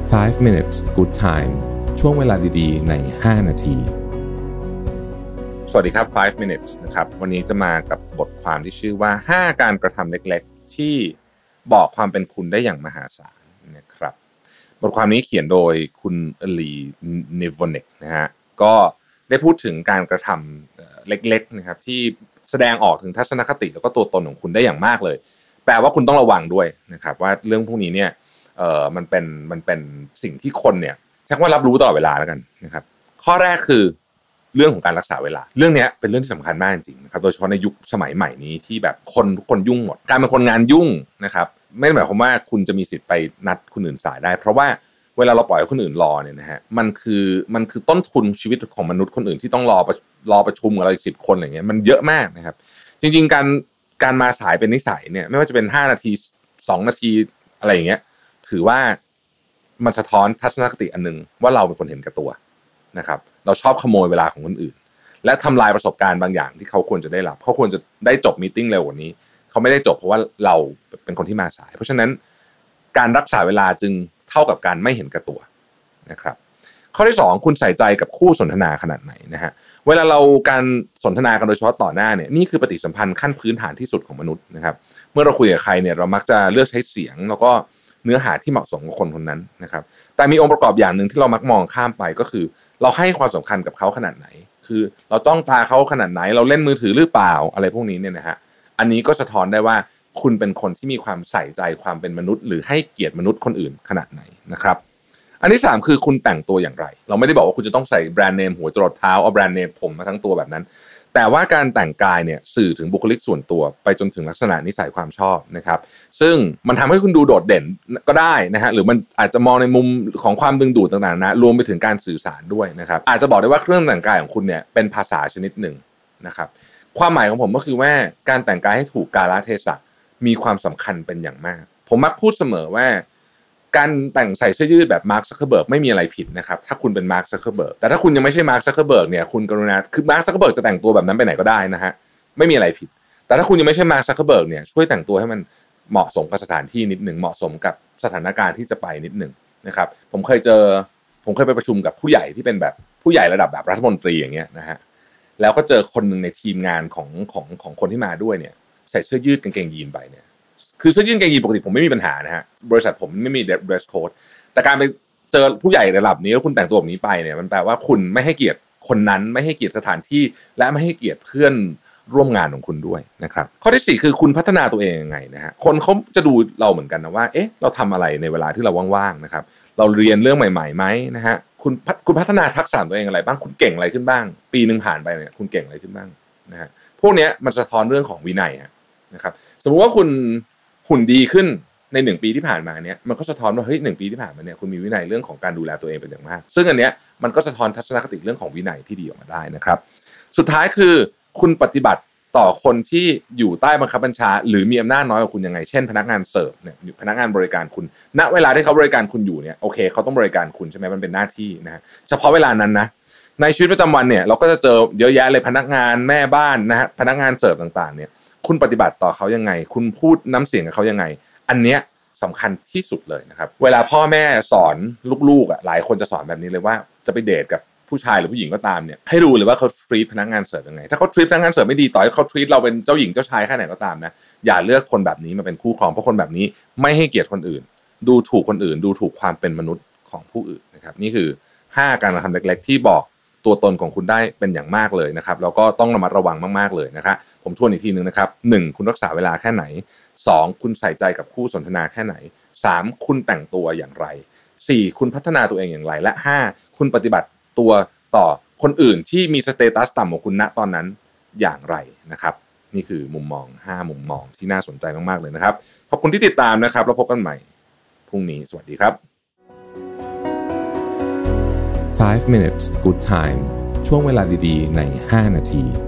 5 minutes good time ช่วงเวลาดีๆใน5นาทีสวัสดีครับ5 minutes นะครับวันนี้จะมากับบทความที่ชื่อว่า5การกระทำเล็กๆที่บอกความเป็นคุณได้อย่างมหาศาลนะครับบทความนี้เขียนโดยคุณลีเนวเน็กนะฮะก็ได้พูดถึงการกระทำเล็กๆนะครับที่แสดงออกถึงทัศนคติแล้วก็ตัวตนของคุณได้อย่างมากเลยแปลว่าคุณต้องระวังด้วยนะครับว่าเรื่องพวกนี้เนี่ยมันเป็นสิ่งที่คนเนี่ยใช้คำว่ารับรู้ตลอดเวลาแล้วกันนะครับข้อแรกคือเรื่องของการรักษาเวลาเรื่องนี้เป็นเรื่องที่สำคัญมากจริงๆนะครับโดยเฉพาะในยุคสมัยใหม่นี้ที่แบบทุกคนยุ่งหมดการเป็นคนงานยุ่งนะครับไม่ได้หมายความว่าคุณจะมีสิทธิ์ไปนัดคนอื่นสายได้เพราะว่าเวลาเราปล่อยให้คนอื่นรอเนี่ยนะฮะมันคือต้นทุนชีวิตของมนุษย์คนอื่นที่ต้องรอประชุมกับเราอีก10คนอะไรเงี้ยมันเยอะมากนะครับจริงๆการมาสายเป็นนิสัยเนี่ยไม่ว่าจะเป็น5นาที2นาทีอะไรอย่างเงี้ยถือว่ามันสะท้อนทัศนคติอันนึงว่าเราเป็นคนเห็นแก่ตัวนะครับเราชอบขโมยเวลาของคนอื่นและทำลายประสบการณ์บางอย่างที่เขาควรจะได้รับเขาควรจะได้จบมีตติ้งเร็วกว่านี้เขาไม่ได้จบเพราะว่าเราเป็นคนที่มาสายเพราะฉะนั้นการรักษาเวลาจึงเท่ากับการไม่เห็นแก่ตัวนะครับข้อที่2คุณใส่ใจกับคู่สนทนาขนาดไหนนะฮะเวลาเราการสนทนากันโดยเฉพาะต่อหน้าเนี่ยนี่คือปฏิสัมพันธ์ขั้นพื้นฐานที่สุดของมนุษย์นะครับเมื่อเราคุยกับใครเนี่ยเรามักจะเลือกใช้เสียงแล้วก็เนื้อหาที่เหมาะสมกับคนคนนั้นนะครับแต่มีองค์ประกอบอย่างหนึ่งที่เรามักมองข้ามไปก็คือเราให้ความสำคัญกับเขาขนาดไหนคือเราจ้องตาเขาขนาดไหนเราเล่นมือถือหรือเปล่าอะไรพวกนี้เนี่ยนะฮะอันนี้ก็สะท้อนได้ว่าคุณเป็นคนที่มีความใส่ใจความเป็นมนุษย์หรือให้เกียรติมนุษย์คนอื่นขนาดไหนนะครับอันที่3คือคุณแต่งตัวอย่างไรเราไม่ได้บอกว่าคุณจะต้องใส่แบรนด์เนมหัวจรดเท้าเอาแบรนด์เนมผมมาทั้งตัวแบบนั้นแต่ว่าการแต่งกายเนี่ยสื่อถึงบุคลิกส่วนตัวไปจนถึงลักษณะนิสัยความชอบนะครับซึ่งมันทำให้คุณดูโดดเด่นก็ได้นะฮะหรือมันอาจจะมองในมุมของความดึงดูดต่างๆนะรวมไปถึงการสื่อสารด้วยนะครับอาจจะบอกได้ว่าเครื่องแต่งกายของคุณเนี่ยเป็นภาษาชนิดหนึ่งนะครับความหมายของผมก็คือว่าการแต่งกายให้ถูกกาลเทศะมีความสำคัญเป็นอย่างมากผมมักพูดเสมอว่าการแต่งใส่เสื้อยืดแบบมาร์ค ซักเคอร์เบิร์กไม่มีอะไรผิดนะครับถ้าคุณเป็นมาร์ค ซักเคอร์เบิร์กแต่ถ้าคุณยังไม่ใช่มาร์ค ซักเคอร์เบิร์กเนี่ยคุณกรุณาคือมาร์ค ซักเคอร์เบิร์กจะแต่งตัวแบบนั้นไปไหนก็ได้นะฮะไม่มีอะไรผิดแต่ถ้าคุณยังไม่ใช่มาร์ค ซักเคอร์เบิร์กเนี่ยช่วยแต่งตัวให้มันเหมาะสมกับสถานที่นิดนึงเหมาะสมกับสถานการณ์ที่จะไปนิดนึงนะครับผมเคยไปประชุมกับผู้ใหญ่ที่เป็นแบบผู้ใหญ่ระดับแบบรัฐมนตรีอย่างเงี้ยนะฮะแล้วก็เจอคนนึงในทีมงานของคนที่มาด้วยเนี่ยใส่เสื้อยืดกางเกงยีนไปเนี่ยคือเสื้อยืดกางเกงยีนปกติผมไม่มีปัญหานะฮะบริษัทผมไม่มี dress code แต่การไปเจอผู้ใหญ่ระดับนี้แล้วคุณแต่งตัวแบบนี้ไปเนี่ยมันแปลว่าคุณไม่ให้เกียรติคนนั้นไม่ให้เกียรติสถานที่และไม่ให้เกียรติเพื่อนร่วมงานของคุณด้วยนะครับข้อที่4คือคุณพัฒนาตัวเองยังไงนะฮะคนเขาจะดูเราเหมือนกันนะว่าเอ๊ะเราทำอะไรในเวลาที่เราว่างๆนะครับเราเรียนเรื่องใหม่ๆไหมนะฮะคุณพัฒนาทักษะตัวเองอะไรบ้างคุณเก่งอะไรขึ้นบ้างปีนึงผ่านไปเนี่ยคุณเก่งอะไรขึ้นบ้างนะฮะพวกนี้มันสะท้อนเรื่องของวินัยนะครับสมมุติว่าคุณหุ่นดีขึ้นใน1ปีที่ผ่านมาเนี่ยมันก็สะท้อนว่าเฮ้ย1ปีที่ผ่านมาเนี่ยคุณมีวินัยเรื่องของการดูแลตัวเองเป็นอย่างมากซึ่งอันเนี้ยมันก็สะท้อนทัศนคติเรื่องของวินัยที่ดีออกมาได้นะครับสุดท้ายคือคุณปฏิบัติต่อคนที่อยู่ใต้บังคับบัญชาหรือมีอำนาจน้อยกว่าคุณยังไงเช่นพนักงานเสิร์ฟเนี่ยพนักงานบริการคุณณเวลาที่เขาบริการคุณอยู่เนี่ยโอเคเขาต้องบริการคุณใช่ไหมมันเป็นหน้าที่นะฮะเฉพาะเวลานั้นนะในชีวิตประจำวันเนี่ยเราก็จะเจอเยอะแยะเลยพนักงานแม่บ้านนะฮะพนักงานเสิร์ฟต่างๆเนี่ยคุณปฏิบัติต่อเขายังไงคุณพูดน้ำเสียงกับเขายังไงอันเนี้ยสำคัญที่สุดเลยนะครับเวลาพ่อแม่สอนลูกๆหลายคนจะสอนแบบนี้เลยว่าจะไปเดทกับผู้ชายหรือผู้หญิงก็ตามเนี่ยให้ดูเลยว่าเขาทรีตพนักงานเสิร์ฟยังไงถ้าเขาทรีตพนักงานเสิร์ฟไม่ดีต่อให้เขาทรีตเราเป็นเจ้าหญิงเจ้าชายแค่ไหนก็ตามนะอย่าเลือกคนแบบนี้มาเป็นคู่ครองเพราะคนแบบนี้ไม่ให้เกียรติคนอื่นดูถูกคนอื่นดูถูกความเป็นมนุษย์ของผู้อื่นนะครับนี่คือ5การกระทำเล็กๆที่บอกตัวตนของคุณได้เป็นอย่างมากเลยนะครับแล้วก็ต้องระมัดระวังมากๆเลยนะครับผมทวนอีกทีนึงนะครับ1คุณรักษาเวลาแค่ไหน2คุณใส่ใจกับคู่สนทนาแค่ไหน3คุณแต่งตัวอย่างไร4คุณพัฒนาตัวเองอย่างไรและ5คุณปฏิบัติตัวต่อคนอื่นที่มีสเตตัสต่ำกว่าคุณณตอนนั้นอย่างไรนะครับนี่คือมุมมอง5มุมมองที่น่าสนใจมากๆเลยนะครับขอบคุณที่ติดตามนะครับแล้วพบกันใหม่พรุ่งนี้สวัสดีครับ5 minutes good time ช่วงเวลาดีๆใน5นาที